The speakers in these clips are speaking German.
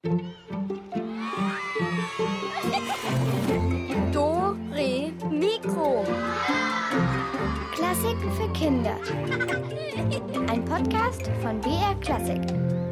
Do, Re, Mikro. Klassiken für Kinder. Ein Podcast von BR Klassik.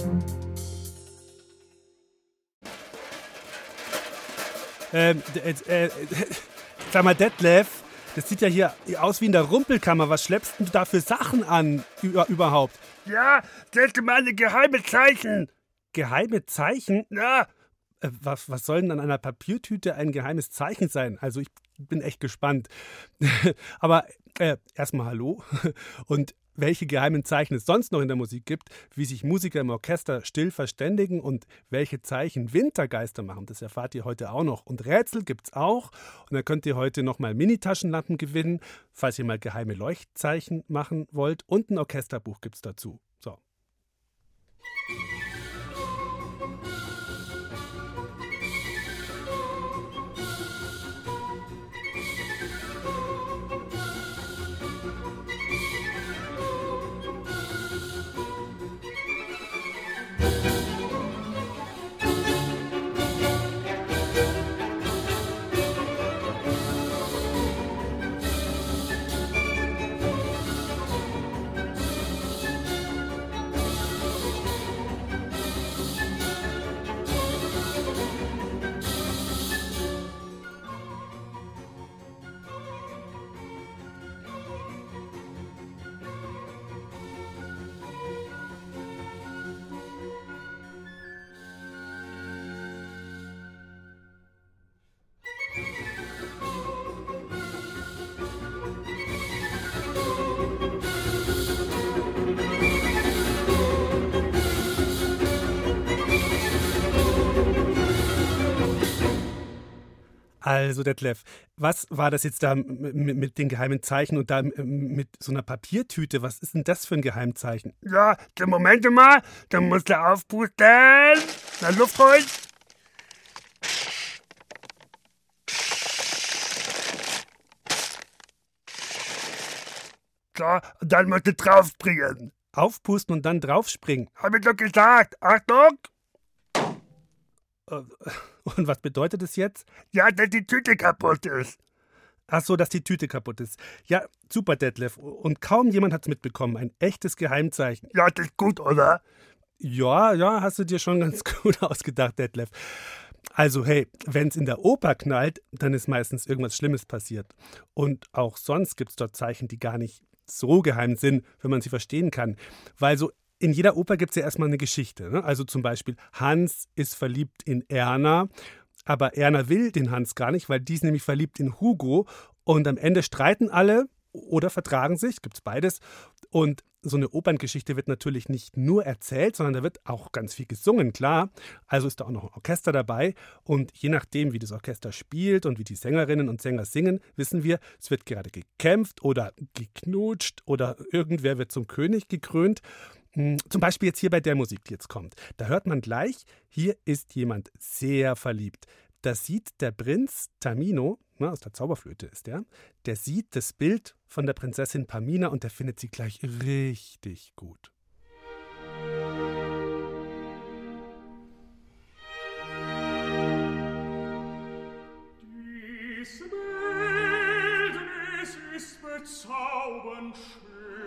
Sag mal, Detlef, das sieht ja hier aus wie in der Rumpelkammer. Was schleppst du da für Sachen an überhaupt? Ja, das ist meine geheime Zeichen. Geheime Zeichen? Ja. Was soll denn an einer Papiertüte ein geheimes Zeichen sein? Also ich bin echt gespannt. Aber erstmal hallo. Und welche geheimen Zeichen es sonst noch in der Musik gibt, wie sich Musiker im Orchester still verständigen und welche Zeichen Wintergeister machen, das erfahrt ihr heute auch noch. Und Rätsel gibt's auch. Und dann könnt ihr heute nochmal Mini-Taschenlampen gewinnen, falls ihr mal geheime Leuchtzeichen machen wollt. Und ein Orchesterbuch gibt's dazu. So. Also Detlef, was war das jetzt da mit den geheimen Zeichen und da mit so einer Papiertüte? Was ist denn das für ein Geheimzeichen? Ja, Moment mal, dann musst du aufpusten. Na, Luft holen. So, und dann musst du draufspringen. Aufpusten und dann draufspringen? Hab ich doch gesagt. Achtung! Und was bedeutet es jetzt? Ja, dass die Tüte kaputt ist. Ach so, dass die Tüte kaputt ist. Ja, super, Detlef. Und kaum jemand hat es mitbekommen. Ein echtes Geheimzeichen. Ja, das ist gut, oder? Ja, hast du dir schon ganz gut ausgedacht, Detlef. Also hey, wenn es in der Oper knallt, dann ist meistens irgendwas Schlimmes passiert. Und auch sonst gibt es dort Zeichen, die gar nicht so geheim sind, wenn man sie verstehen kann. Weil so in jeder Oper gibt es ja erstmal eine Geschichte. Ne? Also zum Beispiel, Hans ist verliebt in Erna, aber Erna will den Hans gar nicht, weil die ist nämlich verliebt in Hugo. Und am Ende streiten alle oder vertragen sich, gibt's beides. Und so eine Operngeschichte wird natürlich nicht nur erzählt, sondern da wird auch ganz viel gesungen, klar. Also ist da auch noch ein Orchester dabei. Und je nachdem, wie das Orchester spielt und wie die Sängerinnen und Sänger singen, wissen wir, es wird gerade gekämpft oder geknutscht oder irgendwer wird zum König gekrönt. Zum Beispiel jetzt hier bei der Musik, die jetzt kommt. Da hört man gleich, hier ist jemand sehr verliebt. Da sieht der Prinz Tamino, aus der Zauberflöte ist der sieht das Bild von der Prinzessin Pamina und der findet sie gleich richtig gut. Dies Bildnis ist bezaubernd schön.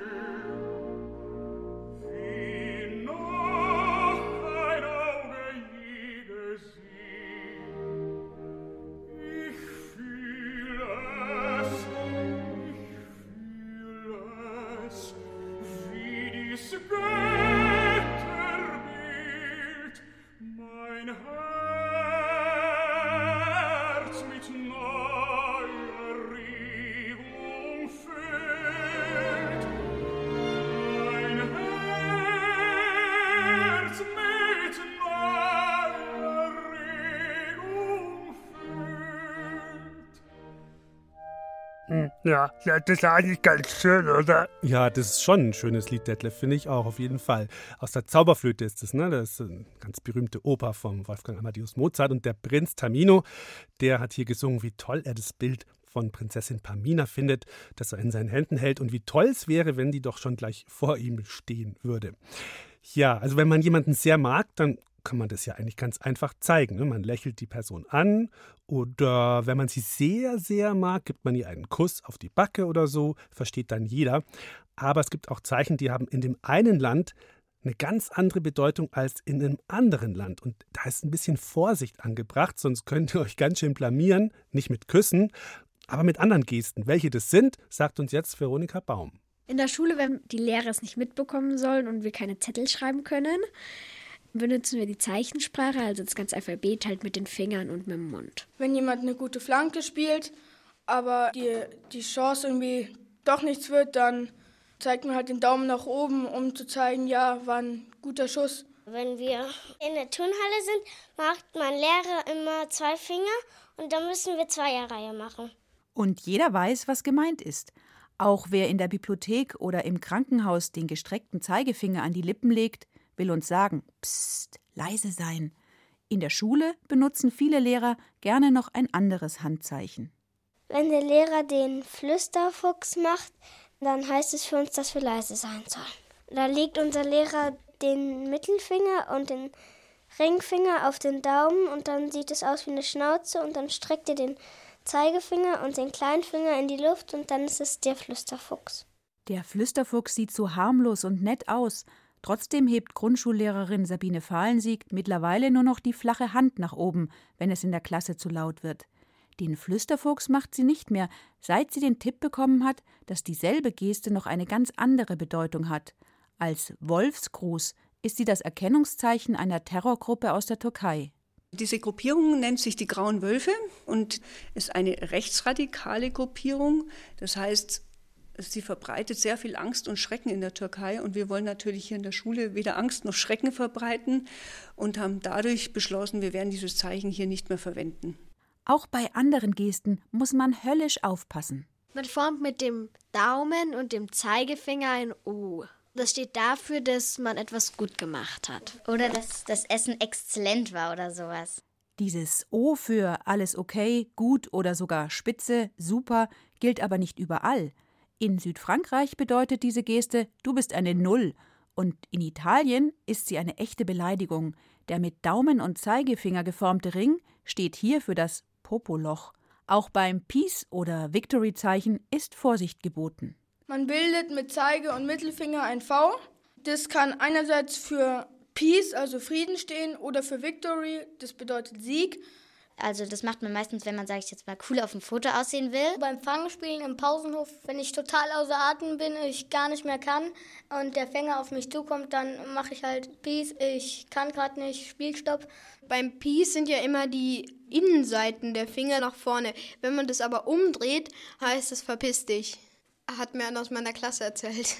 Ja, das ist eigentlich ganz schön, oder? Ja, das ist schon ein schönes Lied, Detlef, finde ich auch, auf jeden Fall. Aus der Zauberflöte ist es, ne? Das ist eine ganz berühmte Oper von Wolfgang Amadeus Mozart. Und der Prinz Tamino, der hat hier gesungen, wie toll er das Bild von Prinzessin Pamina findet, das er in seinen Händen hält und wie toll es wäre, wenn die doch schon gleich vor ihm stehen würde. Ja, also wenn man jemanden sehr mag, dann kann man das ja eigentlich ganz einfach zeigen. Ne? Man lächelt die Person an oder wenn man sie sehr, sehr mag, gibt man ihr einen Kuss auf die Backe oder so, versteht dann jeder. Aber es gibt auch Zeichen, die haben in dem einen Land eine ganz andere Bedeutung als in einem anderen Land. Und da ist ein bisschen Vorsicht angebracht, sonst könnt ihr euch ganz schön blamieren, nicht mit Küssen, aber mit anderen Gesten. Welche das sind, sagt uns jetzt Veronika Baum. In der Schule, wenn die Lehrer es nicht mitbekommen sollen und wir keine Zettel schreiben können, benutzen wir die Zeichensprache, also das ganze Alphabet halt mit den Fingern und mit dem Mund. Wenn jemand eine gute Flanke spielt, aber die Chance irgendwie doch nichts wird, dann zeigt man halt den Daumen nach oben, um zu zeigen, ja, war ein guter Schuss. Wenn wir in der Turnhalle sind, macht mein Lehrer immer 2 Finger und dann müssen wir 2er-Reihe machen. Und jeder weiß, was gemeint ist. Auch wer in der Bibliothek oder im Krankenhaus den gestreckten Zeigefinger an die Lippen legt, will uns sagen, psst, leise sein. In der Schule benutzen viele Lehrer gerne noch ein anderes Handzeichen. Wenn der Lehrer den Flüsterfuchs macht, dann heißt es für uns, dass wir leise sein sollen. Da legt unser Lehrer den Mittelfinger und den Ringfinger auf den Daumen und dann sieht es aus wie eine Schnauze und dann streckt er den Zeigefinger und den Kleinfinger in die Luft und dann ist es der Flüsterfuchs. Der Flüsterfuchs sieht so harmlos und nett aus. Trotzdem hebt Grundschullehrerin Sabine Fahlensieg mittlerweile nur noch die flache Hand nach oben, wenn es in der Klasse zu laut wird. Den Flüsterfuchs macht sie nicht mehr, seit sie den Tipp bekommen hat, dass dieselbe Geste noch eine ganz andere Bedeutung hat. Als Wolfsgruß ist sie das Erkennungszeichen einer Terrorgruppe aus der Türkei. Diese Gruppierung nennt sich die Grauen Wölfe und ist eine rechtsradikale Gruppierung. Das heißt, sie verbreitet sehr viel Angst und Schrecken in der Türkei und wir wollen natürlich hier in der Schule weder Angst noch Schrecken verbreiten und haben dadurch beschlossen, wir werden dieses Zeichen hier nicht mehr verwenden. Auch bei anderen Gesten muss man höllisch aufpassen. Man formt mit dem Daumen und dem Zeigefinger ein O. Das steht dafür, dass man etwas gut gemacht hat. Oder dass das Essen exzellent war oder sowas. Dieses O für alles okay, gut oder sogar spitze, super gilt aber nicht überall. In Südfrankreich bedeutet diese Geste, du bist eine Null. Und in Italien ist sie eine echte Beleidigung. Der mit Daumen und Zeigefinger geformte Ring steht hier für das Popoloch. Auch beim Peace- oder Victory-Zeichen ist Vorsicht geboten. Man bildet mit Zeige- und Mittelfinger ein V. Das kann einerseits für Peace, also Frieden stehen, oder für Victory, das bedeutet Sieg. Also das macht man meistens, wenn man, sage ich jetzt mal, cool auf dem Foto aussehen will. Beim Fangspielen im Pausenhof, wenn ich total außer Atem bin, ich gar nicht mehr kann und der Fänger auf mich zukommt, dann mache ich halt Peace, ich kann gerade nicht, Spielstopp. Beim Peace sind ja immer die Innenseiten der Finger nach vorne. Wenn man das aber umdreht, heißt es verpiss dich. Hat mir einer aus meiner Klasse erzählt.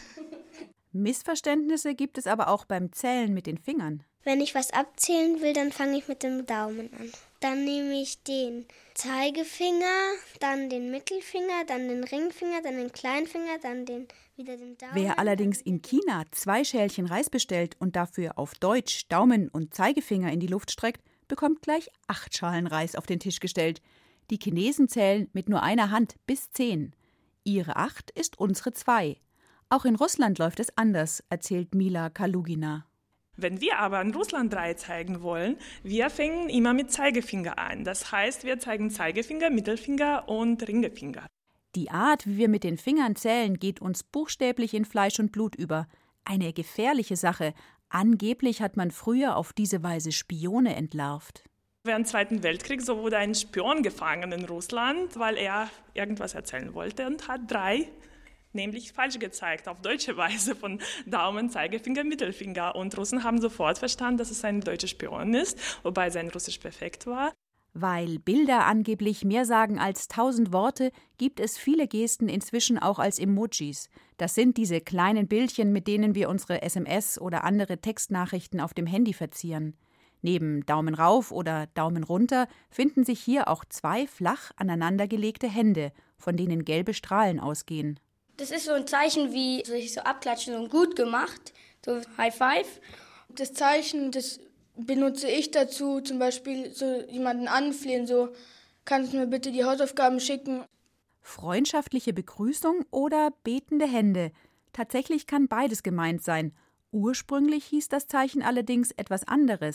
Missverständnisse gibt es aber auch beim Zählen mit den Fingern. Wenn ich was abzählen will, dann fange ich mit dem Daumen an. Dann nehme ich den Zeigefinger, dann den Mittelfinger, dann den Ringfinger, dann den Kleinfinger, dann wieder den Daumen. Wer allerdings in China 2 Schälchen Reis bestellt und dafür auf Deutsch Daumen und Zeigefinger in die Luft streckt, bekommt gleich 8 Schalen Reis auf den Tisch gestellt. Die Chinesen zählen mit nur einer Hand bis 10. Ihre 8 ist unsere 2. Auch in Russland läuft es anders, erzählt Mila Kalugina. Wenn wir aber in Russland 3 zeigen wollen, wir fangen immer mit Zeigefinger an. Das heißt, wir zeigen Zeigefinger, Mittelfinger und Ringefinger. Die Art, wie wir mit den Fingern zählen, geht uns buchstäblich in Fleisch und Blut über. Eine gefährliche Sache. Angeblich hat man früher auf diese Weise Spione entlarvt. Während des Zweiten Weltkriegs so wurde ein Spion gefangen in Russland, weil er irgendwas erzählen wollte und hat 3 nämlich falsch gezeigt, auf deutsche Weise von Daumen, Zeigefinger, Mittelfinger. Und Russen haben sofort verstanden, dass es ein deutscher Spion ist, wobei sein Russisch perfekt war. Weil Bilder angeblich mehr sagen als 1000 Worte, gibt es viele Gesten inzwischen auch als Emojis. Das sind diese kleinen Bildchen, mit denen wir unsere SMS oder andere Textnachrichten auf dem Handy verzieren. Neben Daumen rauf oder Daumen runter finden sich hier auch 2 flach aneinandergelegte Hände, von denen gelbe Strahlen ausgehen. Das ist so ein Zeichen wie sich so abklatschen und gut gemacht, so High Five. Das Zeichen, das benutze ich dazu, zum Beispiel so jemanden anflehen, so kannst du mir bitte die Hausaufgaben schicken. Freundschaftliche Begrüßung oder betende Hände. Tatsächlich kann beides gemeint sein. Ursprünglich hieß das Zeichen allerdings etwas anderes.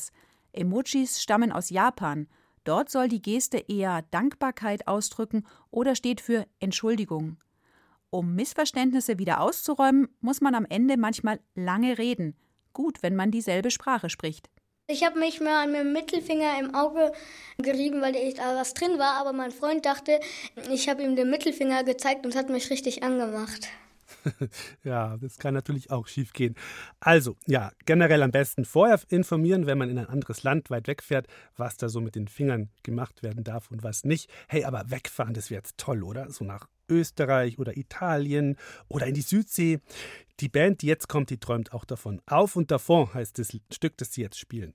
Emojis stammen aus Japan. Dort soll die Geste eher Dankbarkeit ausdrücken oder steht für Entschuldigung. Um Missverständnisse wieder auszuräumen, muss man am Ende manchmal lange reden. Gut, wenn man dieselbe Sprache spricht. Ich habe mich mal an meinem Mittelfinger im Auge gerieben, weil da was drin war, aber mein Freund dachte, ich habe ihm den Mittelfinger gezeigt und hat mich richtig angemacht. Ja, das kann natürlich auch schief gehen. Also, ja, generell am besten vorher informieren, wenn man in ein anderes Land weit wegfährt, was da so mit den Fingern gemacht werden darf und was nicht. Hey, aber wegfahren, das wäre jetzt toll, oder? So nach Österreich oder Italien oder in die Südsee. Die Band, die jetzt kommt, die träumt auch davon. Auf und davon heißt das Stück, das sie jetzt spielen.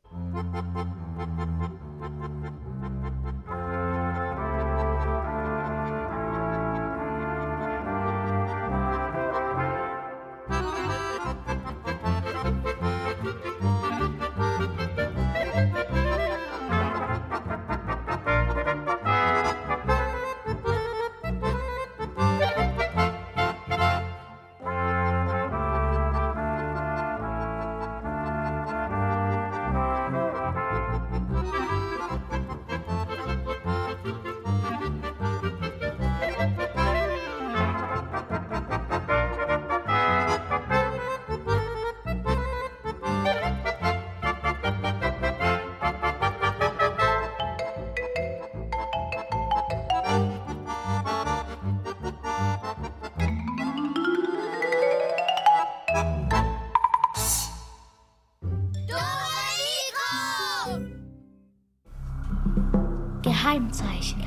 Geheimzeichen.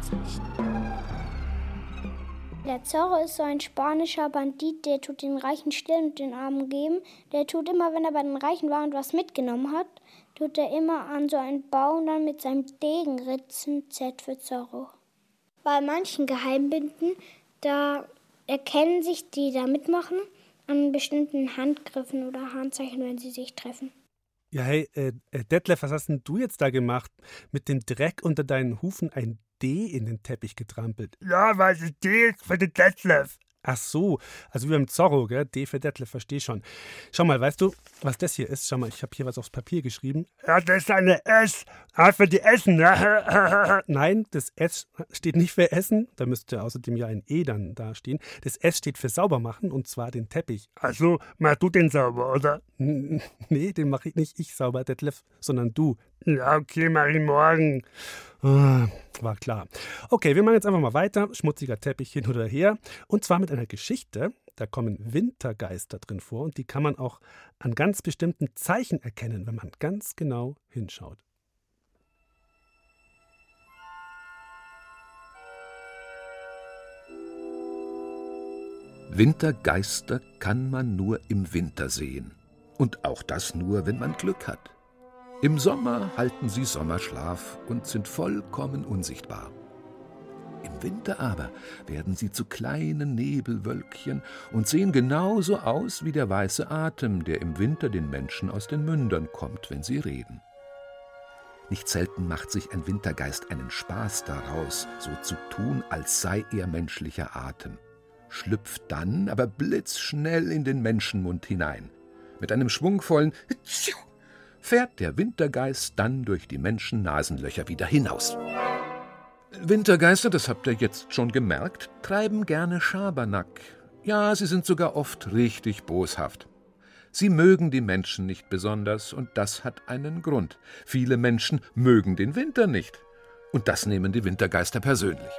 Der Zorro ist so ein spanischer Bandit, der tut den Reichen Stirn und den Armen geben. Der tut immer, wenn er bei den Reichen war und was mitgenommen hat, tut er immer an so einen Baum dann mit seinem Degen ritzen, Z für Zorro. Bei manchen Geheimbinden, da erkennen sich die da mitmachen an bestimmten Handgriffen oder Handzeichen, wenn sie sich treffen. Ja, hey, Detlef, was hast denn du jetzt da gemacht? Mit dem Dreck unter deinen Hufen ein D in den Teppich getrampelt. Ja, weil das D ist für den Detlef. Ach so, also wie beim Zorro, gell? D für Detlef, versteh schon. Schau mal, weißt du, was das hier ist? Schau mal, ich habe hier was aufs Papier geschrieben. Ja, das ist eine S. Für die Essen, ne? Nein, das S steht nicht für Essen. Da müsste außerdem ja ein E dann da stehen. Das S steht für sauber machen, und zwar den Teppich. Ach so, mach du den sauber, oder? Nee, den mache ich nicht ich sauber, Detlef, sondern du. Ja, okay, mach ich morgen. War klar. Okay, wir machen jetzt einfach mal weiter. Schmutziger Teppich hin oder her. Und zwar mit einer Geschichte. Da kommen Wintergeister drin vor und die kann man auch an ganz bestimmten Zeichen erkennen, wenn man ganz genau hinschaut. Wintergeister kann man nur im Winter sehen. Und auch das nur, wenn man Glück hat. Im Sommer halten sie Sommerschlaf und sind vollkommen unsichtbar. Im Winter aber werden sie zu kleinen Nebelwölkchen und sehen genauso aus wie der weiße Atem, der im Winter den Menschen aus den Mündern kommt, wenn sie reden. Nicht selten macht sich ein Wintergeist einen Spaß daraus, so zu tun, als sei er menschlicher Atem, schlüpft dann aber blitzschnell in den Menschenmund hinein. Mit einem schwungvollen Tschiu fährt der Wintergeist dann durch die Menschennasenlöcher wieder hinaus. Wintergeister, das habt ihr jetzt schon gemerkt, treiben gerne Schabernack. Ja, sie sind sogar oft richtig boshaft. Sie mögen die Menschen nicht besonders, und das hat einen Grund. Viele Menschen mögen den Winter nicht. Und das nehmen die Wintergeister persönlich.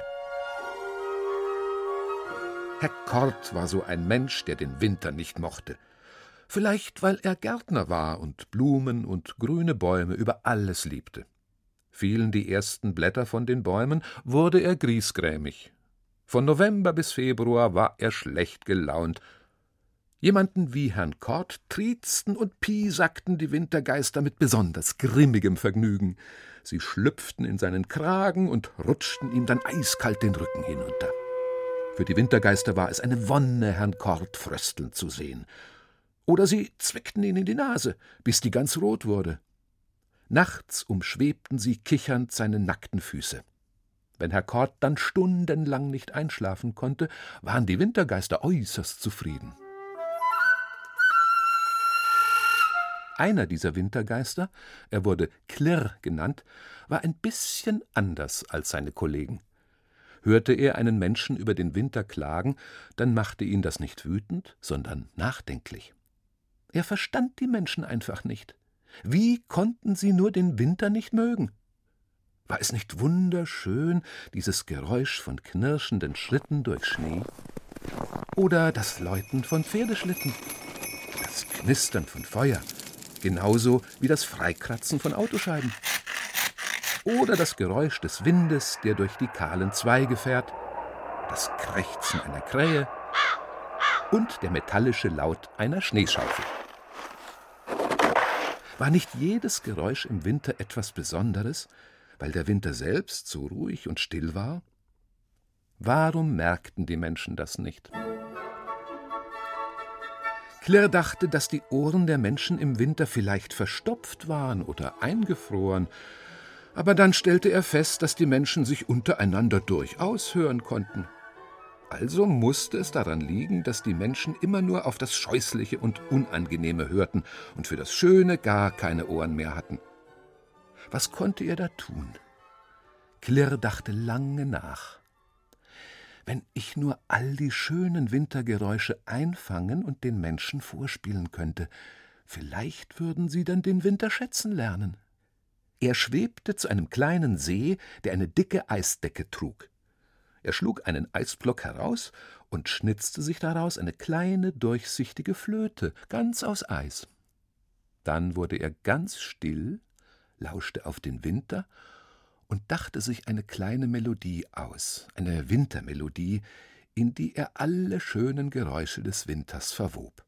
Herr Kort war so ein Mensch, der den Winter nicht mochte. Vielleicht, weil er Gärtner war und Blumen und grüne Bäume über alles liebte. Fielen die ersten Blätter von den Bäumen, wurde er griesgrämig. Von November bis Februar war er schlecht gelaunt. Jemanden wie Herrn Kort triezten und piesackten die Wintergeister mit besonders grimmigem Vergnügen. Sie schlüpften in seinen Kragen und rutschten ihm dann eiskalt den Rücken hinunter. Für die Wintergeister war es eine Wonne, Herrn Kort frösteln zu sehen. Oder sie zwickten ihn in die Nase, bis die ganz rot wurde. Nachts umschwebten sie kichernd seine nackten Füße. Wenn Herr Kort dann stundenlang nicht einschlafen konnte, waren die Wintergeister äußerst zufrieden. Einer dieser Wintergeister, er wurde Klirr genannt, war ein bisschen anders als seine Kollegen. Hörte er einen Menschen über den Winter klagen, dann machte ihn das nicht wütend, sondern nachdenklich. Er verstand die Menschen einfach nicht. Wie konnten sie nur den Winter nicht mögen? War es nicht wunderschön, dieses Geräusch von knirschenden Schritten durch Schnee? Oder das Läuten von Pferdeschlitten? Das Knistern von Feuer, genauso wie das Freikratzen von Autoscheiben? Oder das Geräusch des Windes, der durch die kahlen Zweige fährt, das Krächzen einer Krähe und der metallische Laut einer Schneeschaufel. War nicht jedes Geräusch im Winter etwas Besonderes, weil der Winter selbst so ruhig und still war? Warum merkten die Menschen das nicht? Klirr dachte, dass die Ohren der Menschen im Winter vielleicht verstopft waren oder eingefroren, aber dann stellte er fest, dass die Menschen sich untereinander durchaus hören konnten. Also musste es daran liegen, dass die Menschen immer nur auf das Scheußliche und Unangenehme hörten und für das Schöne gar keine Ohren mehr hatten. Was konnte er da tun? Klirr dachte lange nach. Wenn ich nur all die schönen Wintergeräusche einfangen und den Menschen vorspielen könnte, vielleicht würden sie dann den Winter schätzen lernen. Er schwebte zu einem kleinen See, der eine dicke Eisdecke trug. Er schlug einen Eisblock heraus und schnitzte sich daraus eine kleine, durchsichtige Flöte, ganz aus Eis. Dann wurde er ganz still, lauschte auf den Winter und dachte sich eine kleine Melodie aus, eine Wintermelodie, in die er alle schönen Geräusche des Winters verwob.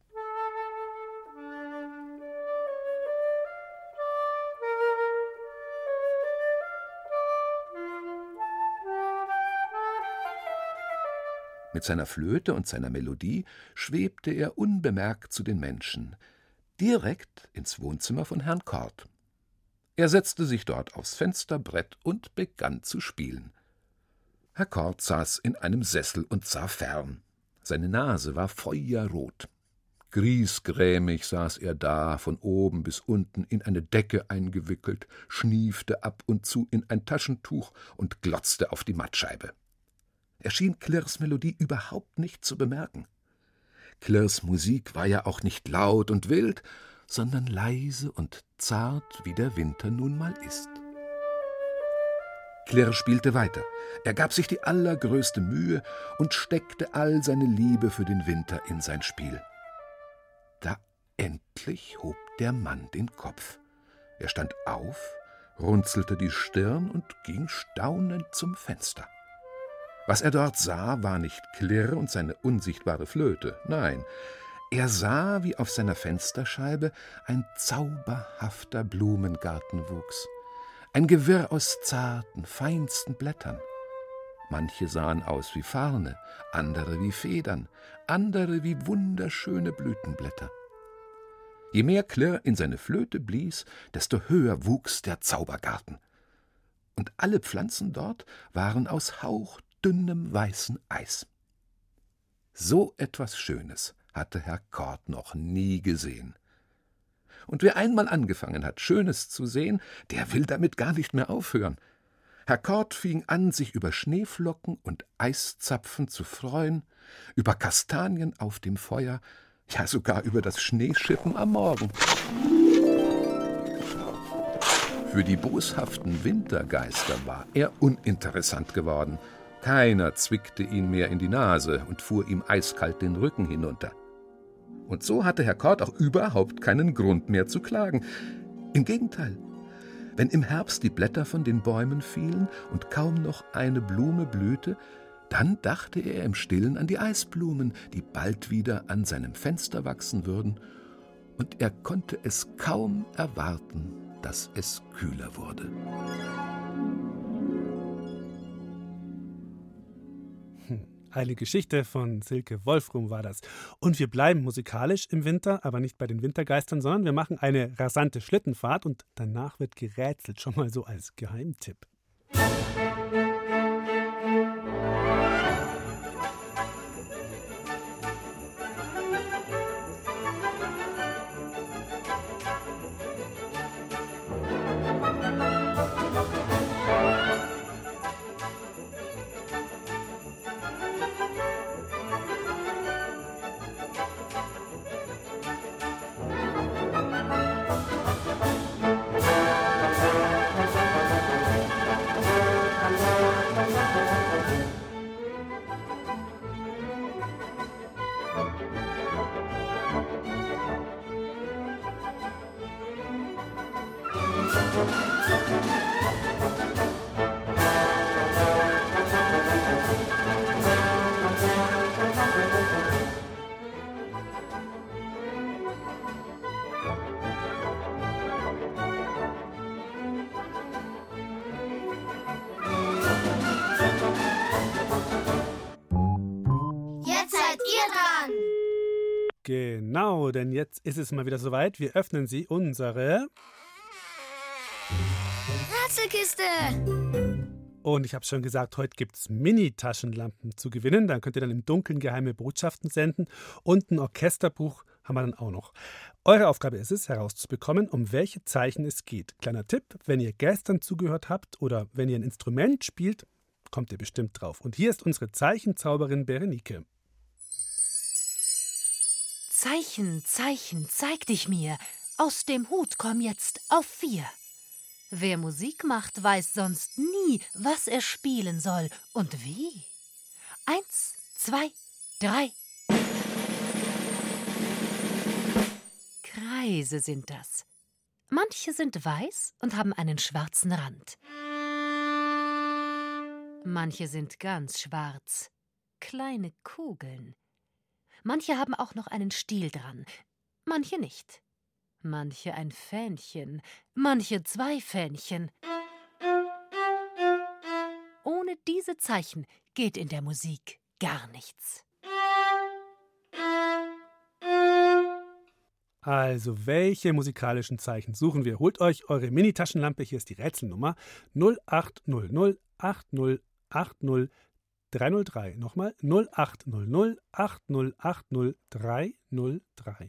Mit seiner Flöte und seiner Melodie schwebte er unbemerkt zu den Menschen, direkt ins Wohnzimmer von Herrn Kort. Er setzte sich dort aufs Fensterbrett und begann zu spielen. Herr Kort saß in einem Sessel und sah fern. Seine Nase war feuerrot. Griesgrämig saß er da, von oben bis unten in eine Decke eingewickelt, schniefte ab und zu in ein Taschentuch und glotzte auf die Mattscheibe. Er schien Klirrs Melodie überhaupt nicht zu bemerken. Klirrs Musik war ja auch nicht laut und wild, sondern leise und zart, wie der Winter nun mal ist. Klirr spielte weiter. Er gab sich die allergrößte Mühe und steckte all seine Liebe für den Winter in sein Spiel. Da endlich hob der Mann den Kopf. Er stand auf, runzelte die Stirn und ging staunend zum Fenster. Was er dort sah, war nicht Klirr und seine unsichtbare Flöte, nein, er sah, wie auf seiner Fensterscheibe ein zauberhafter Blumengarten wuchs, ein Gewirr aus zarten, feinsten Blättern. Manche sahen aus wie Farne, andere wie Federn, andere wie wunderschöne Blütenblätter. Je mehr Klirr in seine Flöte blies, desto höher wuchs der Zaubergarten. Und alle Pflanzen dort waren aus hauchdünnem weißen Eis. So etwas Schönes hatte Herr Kort noch nie gesehen. Und wer einmal angefangen hat, Schönes zu sehen, der will damit gar nicht mehr aufhören. Herr Kort fing an, sich über Schneeflocken und Eiszapfen zu freuen, über Kastanien auf dem Feuer, ja sogar über das Schneeschippen am Morgen. Für die boshaften Wintergeister war er uninteressant geworden. Keiner zwickte ihn mehr in die Nase und fuhr ihm eiskalt den Rücken hinunter. Und so hatte Herr Kort auch überhaupt keinen Grund mehr zu klagen. Im Gegenteil, wenn im Herbst die Blätter von den Bäumen fielen und kaum noch eine Blume blühte, dann dachte er im Stillen an die Eisblumen, die bald wieder an seinem Fenster wachsen würden, und er konnte es kaum erwarten, dass es kühler wurde. Eine Geschichte von Silke Wolfrum war das. Und wir bleiben musikalisch im Winter, aber nicht bei den Wintergeistern, sondern wir machen eine rasante Schlittenfahrt und danach wird gerätselt, schon mal so als Geheimtipp. Genau, denn jetzt ist es mal wieder soweit. Wir öffnen sie, unsere Rätselkiste! Und ich habe schon gesagt, heute gibt es Mini-Taschenlampen zu gewinnen. Dann könnt ihr dann im Dunkeln geheime Botschaften senden. Und ein Orchesterbuch haben wir dann auch noch. Eure Aufgabe ist es, herauszubekommen, um welche Zeichen es geht. Kleiner Tipp, wenn ihr gestern zugehört habt oder wenn ihr ein Instrument spielt, kommt ihr bestimmt drauf. Und hier ist unsere Zeichenzauberin Berenike. Zeichen, Zeichen, zeig dich mir. Aus dem Hut komm jetzt auf 4. Wer Musik macht, weiß sonst nie, was er spielen soll und wie. 1, 2, 3. Kreise sind das. Manche sind weiß und haben einen schwarzen Rand. Manche sind ganz schwarz. Kleine Kugeln. Manche haben auch noch einen Stiel dran. Manche nicht. Manche ein Fähnchen, manche 2 Fähnchen. Ohne diese Zeichen geht in der Musik gar nichts. Also, welche musikalischen Zeichen suchen wir? Holt euch eure Mini-Taschenlampe, hier ist die Rätselnummer 0800 8080 303. Nochmal 0800 8080 303.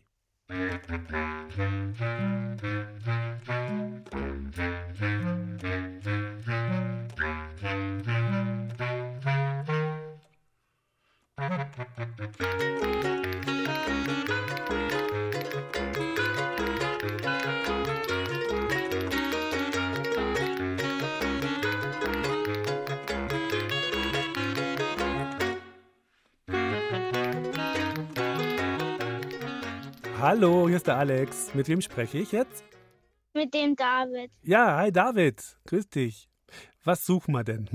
Hallo, hier ist der Alex. Mit wem spreche ich jetzt? Mit dem David. Ja, hi David. Grüß dich. Was suchen wir denn?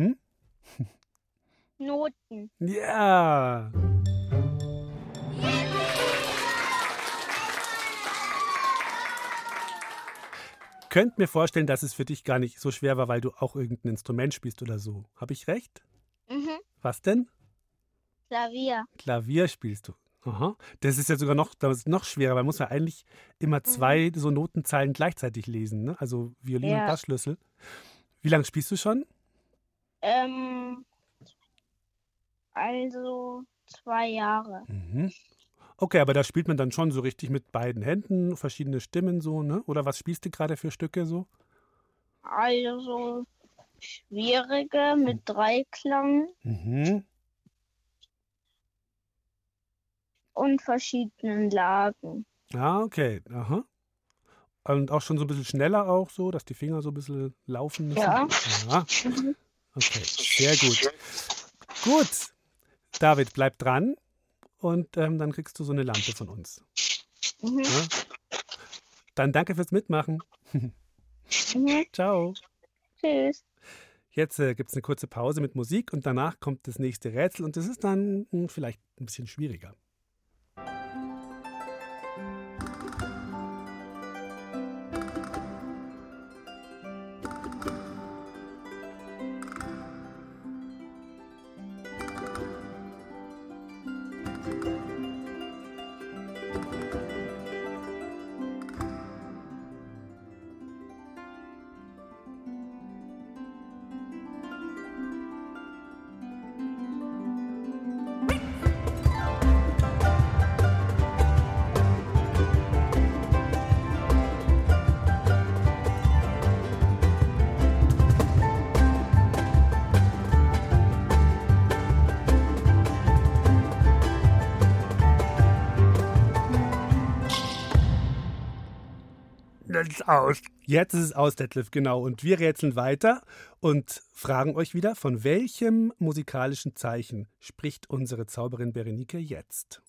Noten. Ja. Könnt mir vorstellen, dass es für dich gar nicht so schwer war, weil du auch irgendein Instrument spielst oder so. Habe ich recht? Mhm. Was denn? Klavier. Klavier spielst du. Aha. Das ist ja sogar noch schwerer, weil man muss ja eigentlich immer 2 so Notenzeilen gleichzeitig lesen, ne? Also Violin und Bassschlüssel. Wie lange spielst du schon? Also 2 Jahre. Mhm. Okay, aber da spielt man dann schon so richtig mit beiden Händen, verschiedene Stimmen so, ne? Oder was spielst du gerade für Stücke so? Also schwierige mit Dreiklang. Mhm. Und verschiedenen Lagen. Ah, okay. Aha. Und auch schon so ein bisschen schneller auch so, dass die Finger so ein bisschen laufen müssen? Ja. Ja. Okay, sehr gut. Gut. David, bleib dran und dann kriegst du so eine Lampe von uns. Mhm. Ja? Dann danke fürs Mitmachen. Mhm. Ciao. Tschüss. Jetzt gibt es eine kurze Pause mit Musik und danach kommt das nächste Rätsel und das ist dann vielleicht ein bisschen schwieriger. Das ist aus. Jetzt ist es aus, Detlef, genau. Und wir rätseln weiter und fragen euch wieder, von welchem musikalischen Zeichen spricht unsere Zauberin Berenike jetzt?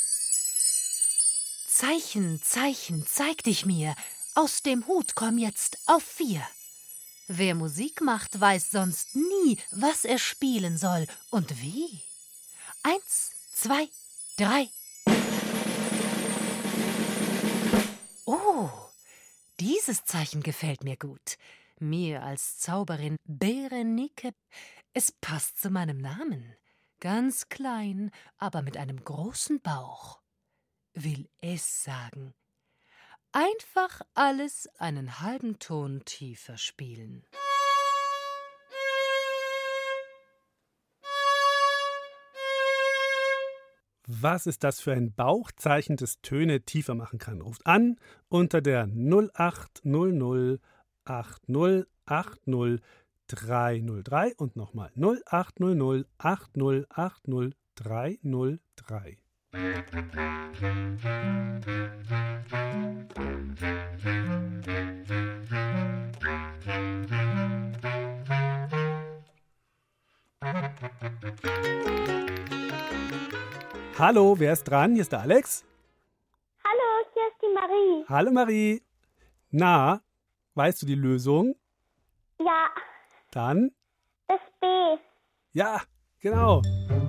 Zeichen, Zeichen, zeig dich mir. Aus dem Hut komm jetzt auf 4. Wer Musik macht, weiß sonst nie, was er spielen soll und wie. 1, 2, 3. Oh, dieses Zeichen gefällt mir gut. Mir als Zauberin Berenike. Es passt zu meinem Namen. Ganz klein, aber mit einem großen Bauch. will es sagen. Einfach alles einen halben Ton tiefer spielen. Was ist das für ein Bauchzeichen, das Töne tiefer machen kann? Ruft an unter der 0800 8080 303 und nochmal 0800 8080 303. Hallo, wer ist dran? Hier ist der Alex. Hallo, hier ist die Marie. Hallo Marie. Na, weißt du die Lösung? Ja. Dann? Das B. Ja, genau.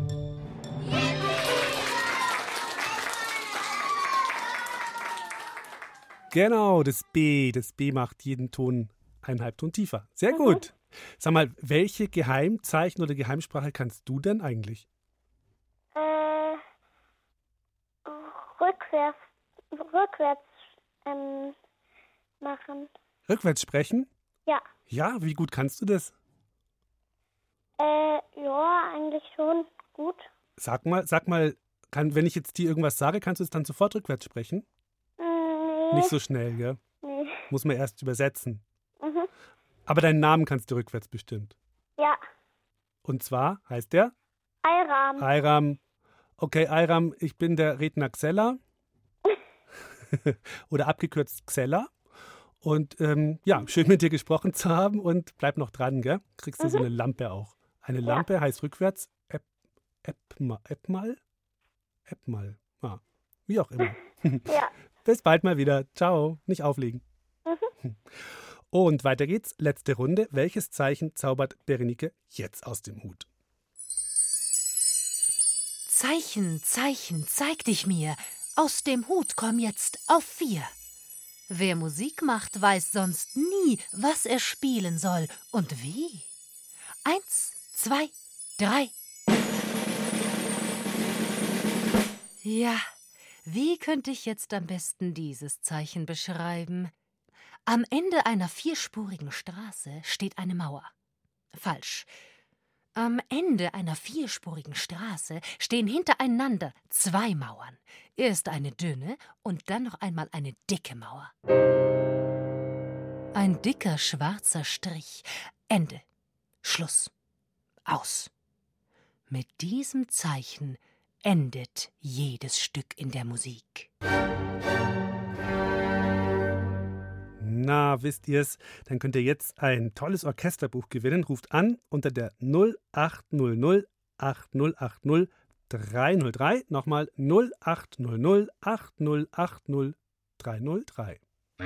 Genau, das B. Das B macht jeden Ton einen Halbton tiefer. Sehr gut. Sag mal, welche Geheimzeichen oder Geheimsprache kannst du denn eigentlich? Rückwärts machen. Rückwärts sprechen? Ja. Ja, wie gut kannst du das? Ja, eigentlich schon gut. Sag mal, wenn ich jetzt dir irgendwas sage, kannst du es dann sofort rückwärts sprechen? Nee. Nicht so schnell, gell? Nee. Muss man erst übersetzen. Mhm. Aber deinen Namen kannst du rückwärts bestimmt. Ja. Und zwar heißt der? Ayram. Ayram. Okay, Ayram, ich bin der Redner Xella. Oder abgekürzt Xella. Und ja, schön mit dir gesprochen zu haben und bleib noch dran, gell? Kriegst du so eine Lampe auch. Eine Lampe heißt rückwärts Eppmal? Ah, wie auch immer. Ja. Bis bald mal wieder. Ciao. Nicht auflegen. Und weiter geht's. Letzte Runde. Welches Zeichen zaubert Berenike jetzt aus dem Hut? Zeichen, Zeichen, zeig dich mir. Aus dem Hut komm jetzt auf 4. Wer Musik macht, weiß sonst nie, was er spielen soll und wie. 1, 2, 3. Ja, wie könnte ich jetzt am besten dieses Zeichen beschreiben? Am Ende einer 4-spurigen Straße steht eine Mauer. Falsch. Am Ende einer 4-spurigen Straße stehen hintereinander 2 Mauern. Erst eine dünne und dann noch einmal eine dicke Mauer. Ein dicker schwarzer Strich. Ende. Schluss. Aus. Mit diesem Zeichen endet jedes Stück in der Musik. Na, wisst ihr's? Dann könnt ihr jetzt ein tolles Orchesterbuch gewinnen. Ruft an unter der 0800 8080 303. Nochmal 0800 8080 303.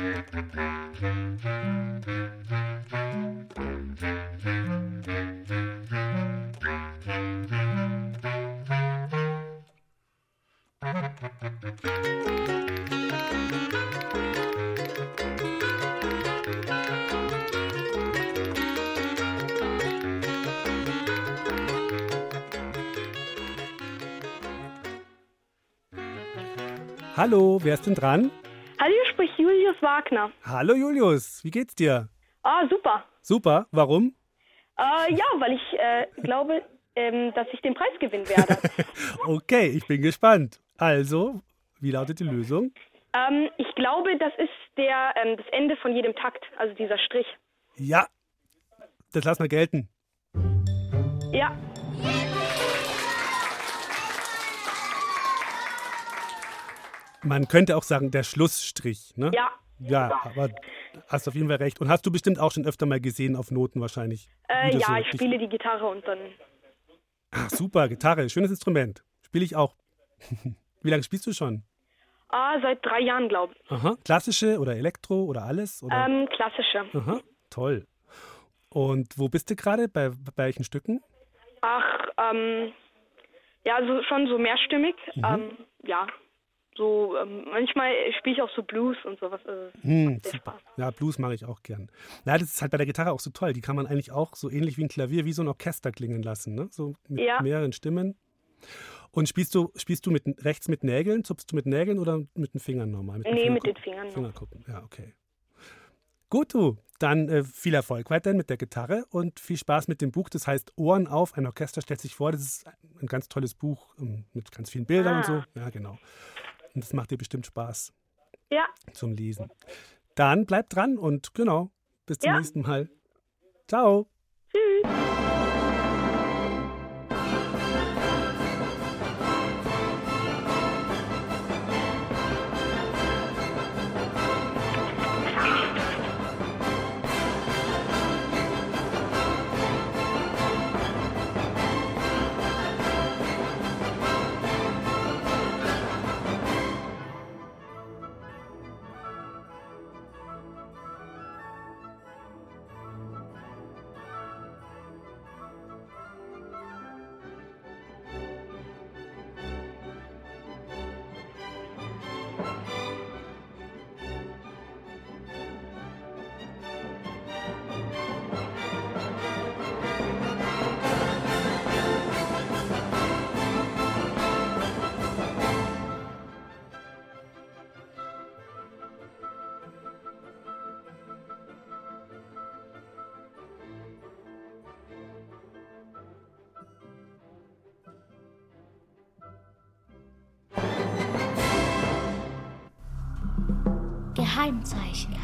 Hallo, wer ist denn dran? Hallo, hier spricht Julius Wagner. Hallo Julius, wie geht's dir? Super. Super, warum? Ja, weil ich glaube, dass ich den Preis gewinnen werde. Okay, ich bin gespannt. Also, wie lautet die Lösung? Ich glaube, das ist das Ende von jedem Takt, also dieser Strich. Ja, das lassen wir gelten. Ja. Man könnte auch sagen, der Schlussstrich, ne? Ja. Ja, aber hast auf jeden Fall recht. Und hast du bestimmt auch schon öfter mal gesehen auf Noten wahrscheinlich? Ja, so ich spiele die Gitarre und dann... Ach, super, Gitarre, schönes Instrument. Spiele ich auch. Wie lange spielst du schon? Seit 3 Jahren, glaube ich. Aha, klassische oder Elektro oder alles? Oder? Klassische. Aha, toll. Und wo bist du gerade? Bei welchen Stücken? Ja, schon so mehrstimmig. Ja. So, manchmal spiele ich auch so Blues und sowas. Super. Ja, Blues mag ich auch gern. Na, das ist halt bei der Gitarre auch so toll. Die kann man eigentlich auch so ähnlich wie ein Klavier, wie so ein Orchester klingen lassen, ne? So mit mehreren Stimmen. Und spielst du rechts mit Nägeln? Zupfst du mit Nägeln oder mit den Fingern normal? Mit den Fingern. Fingerkuppen, ja, okay. Gut, du. Dann viel Erfolg weiterhin mit der Gitarre und viel Spaß mit dem Buch. Das heißt Ohren auf, ein Orchester stellt sich vor. Das ist ein ganz tolles Buch mit ganz vielen Bildern und so. Ja, genau. Und das macht dir bestimmt Spaß zum Lesen. Dann bleib dran und genau, bis zum nächsten Mal. Ciao. Tschüss. Geheimzeichen.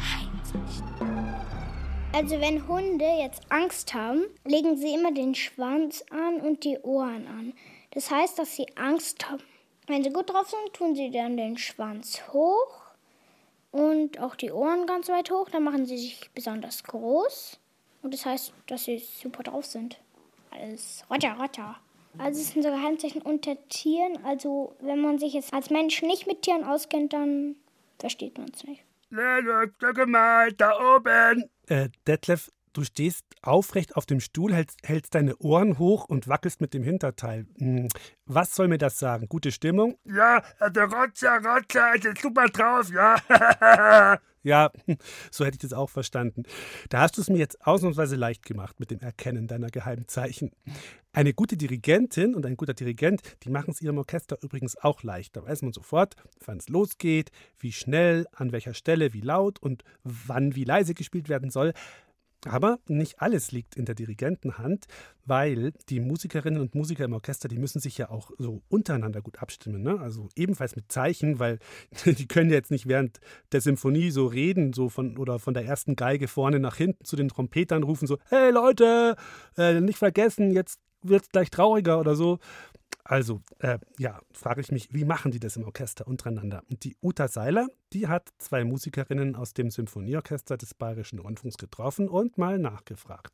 Also wenn Hunde jetzt Angst haben, legen sie immer den Schwanz an und die Ohren an. Das heißt, dass sie Angst haben. Wenn sie gut drauf sind, tun sie dann den Schwanz hoch und auch die Ohren ganz weit hoch. Dann machen sie sich besonders groß. Und das heißt, dass sie super drauf sind. Alles Rotter. Also es sind so Geheimzeichen unter Tieren. Also wenn man sich jetzt als Mensch nicht mit Tieren auskennt, dann versteht man es nicht. Guck mal, da oben. Detlef, du stehst aufrecht auf dem Stuhl, hältst deine Ohren hoch und wackelst mit dem Hinterteil. Was soll mir das sagen? Gute Stimmung? Ja, der Rotter ist super drauf, ja. Ja, so hätte ich das auch verstanden. Da hast du es mir jetzt ausnahmsweise leicht gemacht mit dem Erkennen deiner Geheimzeichen. Eine gute Dirigentin und ein guter Dirigent, die machen es ihrem Orchester übrigens auch leicht. Da weiß man sofort, wann es losgeht, wie schnell, an welcher Stelle, wie laut und wann wie leise gespielt werden soll. Aber nicht alles liegt in der Dirigentenhand, weil die Musikerinnen und Musiker im Orchester, die müssen sich ja auch so untereinander gut abstimmen, ne? Also ebenfalls mit Zeichen, weil die können ja jetzt nicht während der Symphonie so reden, so von der ersten Geige vorne nach hinten zu den Trompetern rufen, so, hey Leute, nicht vergessen, jetzt wird's gleich trauriger oder so. Also, frage ich mich, wie machen die das im Orchester untereinander? Und die Uta Seiler, die hat 2 Musikerinnen aus dem Symphonieorchester des Bayerischen Rundfunks getroffen und mal nachgefragt.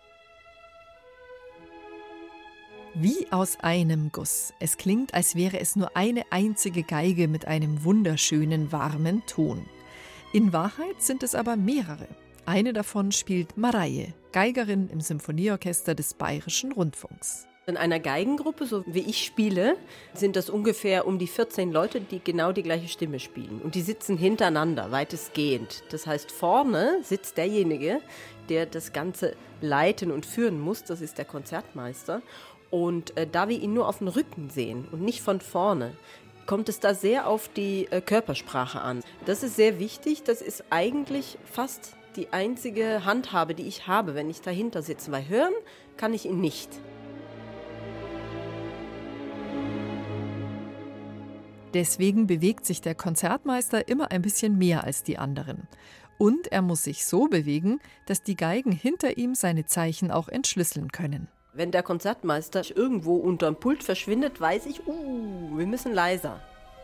Wie aus einem Guss. Es klingt, als wäre es nur eine einzige Geige mit einem wunderschönen, warmen Ton. In Wahrheit sind es aber mehrere. Eine davon spielt Mareie, Geigerin im Symphonieorchester des Bayerischen Rundfunks. In einer Geigengruppe, so wie ich spiele, sind das ungefähr um die 14 Leute, die genau die gleiche Stimme spielen. Und die sitzen hintereinander, weitestgehend. Das heißt, vorne sitzt derjenige, der das Ganze leiten und führen muss. Das ist der Konzertmeister. Und da wir ihn nur auf dem Rücken sehen und nicht von vorne, kommt es da sehr auf die Körpersprache an. Das ist sehr wichtig. Das ist eigentlich fast die einzige Handhabe, die ich habe, wenn ich dahinter sitze. Weil hören kann ich ihn nicht. Deswegen bewegt sich der Konzertmeister immer ein bisschen mehr als die anderen. Und er muss sich so bewegen, dass die Geigen hinter ihm seine Zeichen auch entschlüsseln können. Wenn der Konzertmeister irgendwo unterm Pult verschwindet, weiß ich, wir müssen leiser.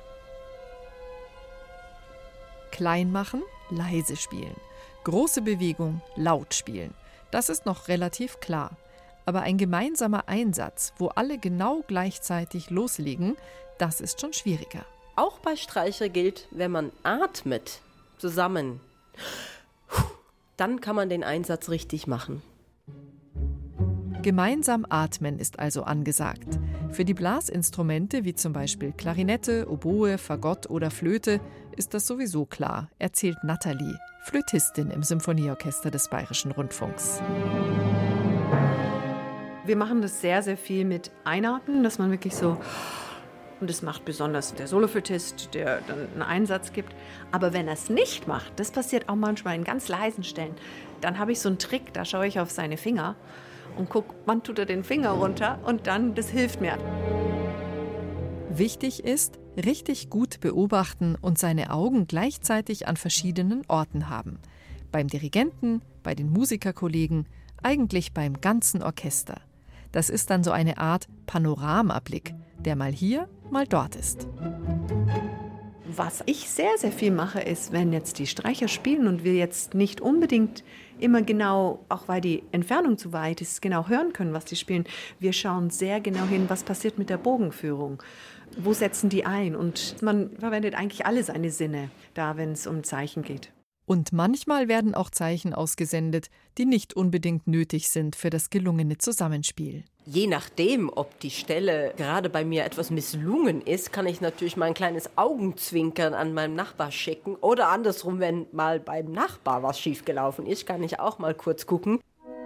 Klein machen, leise spielen. Große Bewegung, laut spielen. Das ist noch relativ klar. Aber ein gemeinsamer Einsatz, wo alle genau gleichzeitig loslegen, das ist schon schwieriger. Auch bei Streicher gilt, wenn man atmet zusammen, dann kann man den Einsatz richtig machen. Gemeinsam atmen ist also angesagt. Für die Blasinstrumente wie zum Beispiel Klarinette, Oboe, Fagott oder Flöte ist das sowieso klar, erzählt Nathalie, Flötistin im Symphonieorchester des Bayerischen Rundfunks. Wir machen das sehr, sehr viel mit Einatmen, dass man wirklich so Und das macht besonders der Soloflötist, der dann einen Einsatz gibt. Aber wenn er es nicht macht, das passiert auch manchmal in ganz leisen Stellen, dann habe ich so einen Trick, da schaue ich auf seine Finger und gucke, wann tut er den Finger runter und dann, das hilft mir. Wichtig ist, richtig gut beobachten und seine Augen gleichzeitig an verschiedenen Orten haben. Beim Dirigenten, bei den Musikerkollegen, eigentlich beim ganzen Orchester. Das ist dann so eine Art Panoramablick, der mal hier, mal dort ist. Was ich sehr, sehr viel mache, ist, wenn jetzt die Streicher spielen und wir jetzt nicht unbedingt immer genau, auch weil die Entfernung zu weit ist, genau hören können, was die spielen. Wir schauen sehr genau hin, was passiert mit der Bogenführung. Wo setzen die ein? Und man verwendet eigentlich alle seine Sinne da, wenn es um Zeichen geht. Und manchmal werden auch Zeichen ausgesendet, die nicht unbedingt nötig sind für das gelungene Zusammenspiel. Je nachdem, ob die Stelle gerade bei mir etwas misslungen ist, kann ich natürlich mal ein kleines Augenzwinkern an meinem Nachbar schicken. Oder andersrum, wenn mal beim Nachbar was schiefgelaufen ist, kann ich auch mal kurz gucken.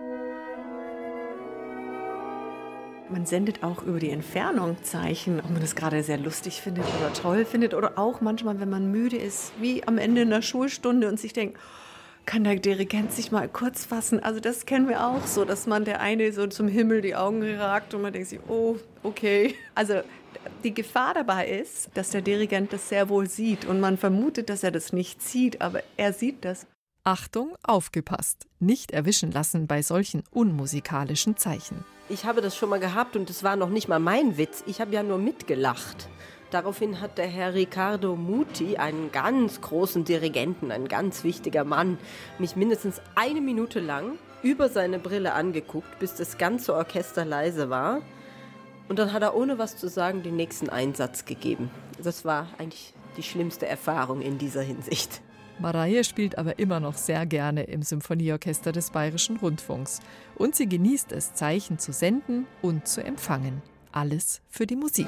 Man sendet auch über die Entfernung Zeichen, ob man das gerade sehr lustig findet oder toll findet. Oder auch manchmal, wenn man müde ist, wie am Ende einer Schulstunde und sich denkt, kann der Dirigent sich mal kurz fassen? Also das kennen wir auch so, dass man der eine so zum Himmel die Augen ragt und man denkt sich, oh, okay. Also die Gefahr dabei ist, dass der Dirigent das sehr wohl sieht und man vermutet, dass er das nicht sieht, aber er sieht das. Achtung, aufgepasst! Nicht erwischen lassen bei solchen unmusikalischen Zeichen. Ich habe das schon mal gehabt und es war noch nicht mal mein Witz. Ich habe ja nur mitgelacht. Daraufhin hat der Herr Riccardo Muti, einen ganz großen Dirigenten, ein ganz wichtiger Mann, mich mindestens 1 Minute lang über seine Brille angeguckt, bis das ganze Orchester leise war. Und dann hat er ohne was zu sagen den nächsten Einsatz gegeben. Das war eigentlich die schlimmste Erfahrung in dieser Hinsicht. Mareie spielt aber immer noch sehr gerne im Symphonieorchester des Bayerischen Rundfunks. Und sie genießt es, Zeichen zu senden und zu empfangen. Alles für die Musik.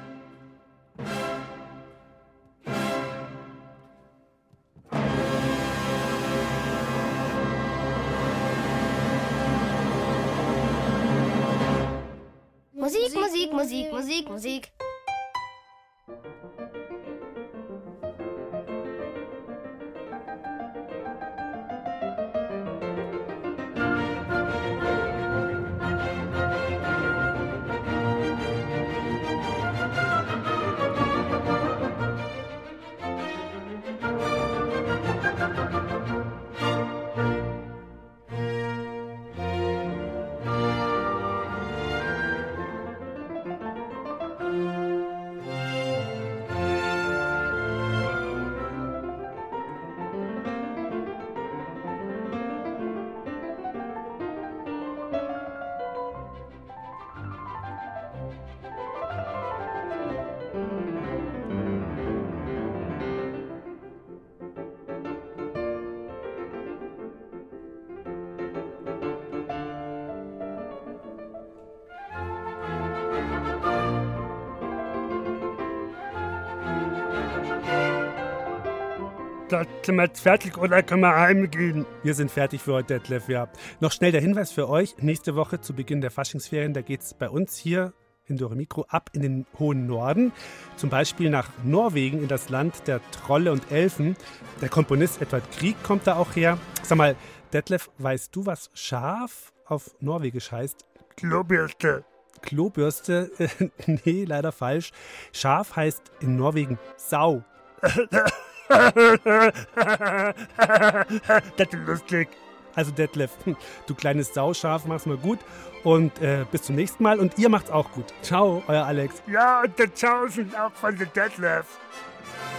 Musik, Musik, Musik, Musik, Musik. Sind wir jetzt fertig oder können wir heimgehen? Wir sind fertig für heute, Detlef, ja. Noch schnell der Hinweis für euch. Nächste Woche zu Beginn der Faschingsferien, da geht es bei uns hier in Dore Mikro ab in den hohen Norden. Zum Beispiel nach Norwegen, in das Land der Trolle und Elfen. Der Komponist Edvard Grieg kommt da auch her. Sag mal, Detlef, weißt du, was Schaf auf Norwegisch heißt? Klobürste. Klobürste? Nee, leider falsch. Schaf heißt in Norwegen Sau. Das ist lustig. Also Detlef, du kleines Sauschaf, mach's mal gut und bis zum nächsten Mal und ihr macht's auch gut. Ciao, euer Alex. Ja, und der Ciao sind auch von der Detlef.